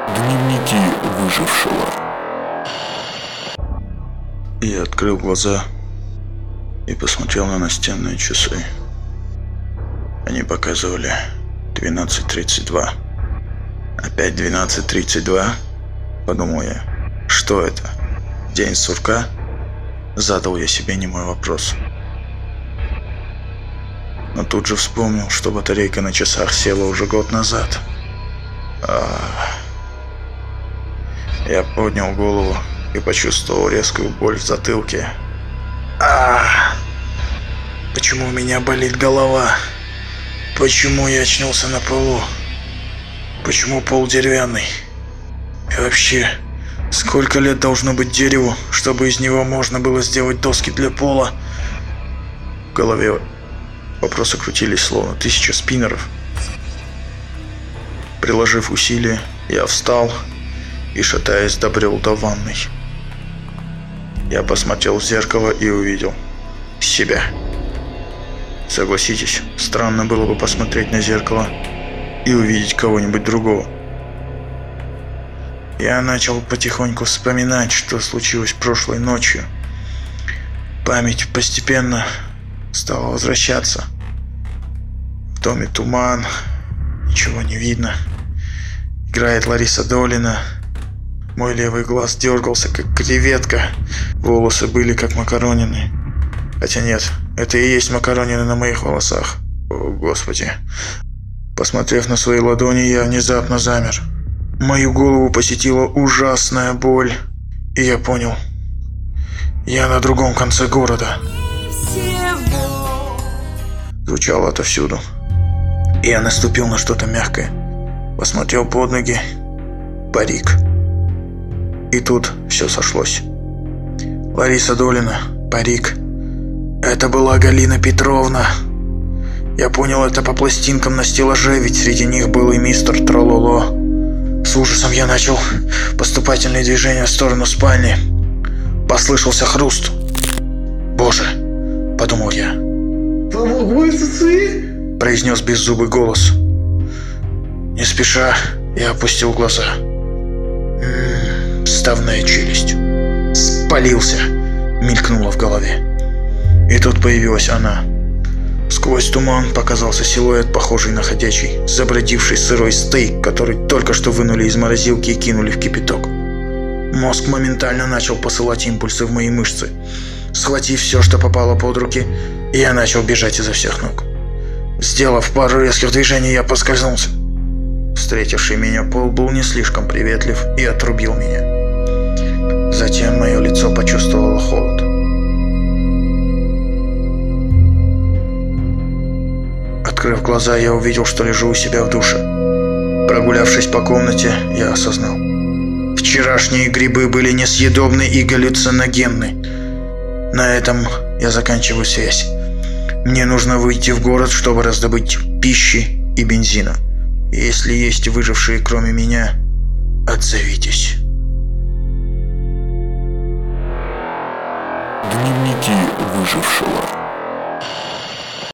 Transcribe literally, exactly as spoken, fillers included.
Дневники выжившего. Я открыл глаза и посмотрел на настенные часы. Они показывали двенадцать тридцать два. Опять двенадцать тридцать два? Подумал я. Что это? День сурка? Задал я себе немой вопрос. Но тут же вспомнил, что батарейка на часах села уже год назад. Ах. Я поднял голову и почувствовал резкую боль в затылке. Ах! Почему у меня болит голова? Почему я очнулся на полу? Почему пол деревянный? И вообще, сколько лет должно быть дереву, чтобы из него можно было сделать доски для пола? В голове вопросы крутились, словно тысяча спиннеров. Приложив усилия, я встал и, шатаясь, добрел до ванной. Я посмотрел в зеркало и увидел себя. Согласитесь, странно было бы посмотреть на зеркало и увидеть кого-нибудь другого. Я начал потихоньку вспоминать, что случилось прошлой ночью. Память постепенно стала возвращаться. В доме туман, ничего не видно. Играет Лариса Долина. Мой левый глаз дергался, как креветка. Волосы были, как макаронины. Хотя нет, это и есть макаронины на моих волосах. О, Господи. Посмотрев на свои ладони, я внезапно замер. Мою голову посетила ужасная боль. И я понял. Я на другом конце города. Звучало отовсюду. Я наступил на что-то мягкое. Посмотрел под ноги. Парик. И тут все сошлось. Лариса Долина, парик. Это была Галина Петровна. Я понял это по пластинкам на стеллаже, ведь среди них был и мистер Трололо. С ужасом я начал поступательные движения в сторону спальни. Послышался хруст. «Боже!» – подумал я. Произнес беззубый голос. Не спеша я опустил глаза. М-м, вставная челюсть. Спалился, мелькнуло в голове. И тут появилась она. Сквозь туман показался силуэт, похожий на ходячий, забродивший сырой стейк, который только что вынули из морозилки и кинули в кипяток. Мозг моментально начал посылать импульсы в мои мышцы. Схватив все, что попало под руки, я начал бежать изо всех ног. Сделав пару резких движений, я поскользнулся. Встретивший меня пол был не слишком приветлив и отрубил меня. Затем мое лицо почувствовало холод. Открыв глаза, я увидел, что лежу у себя в душе. Прогулявшись по комнате, я осознал. Вчерашние грибы были несъедобны и галлюциногенны. На этом я заканчиваю связь. Мне нужно выйти в город, чтобы раздобыть пищи и бензина. Если есть выжившие кроме меня, отзовитесь. Дневники выжившего.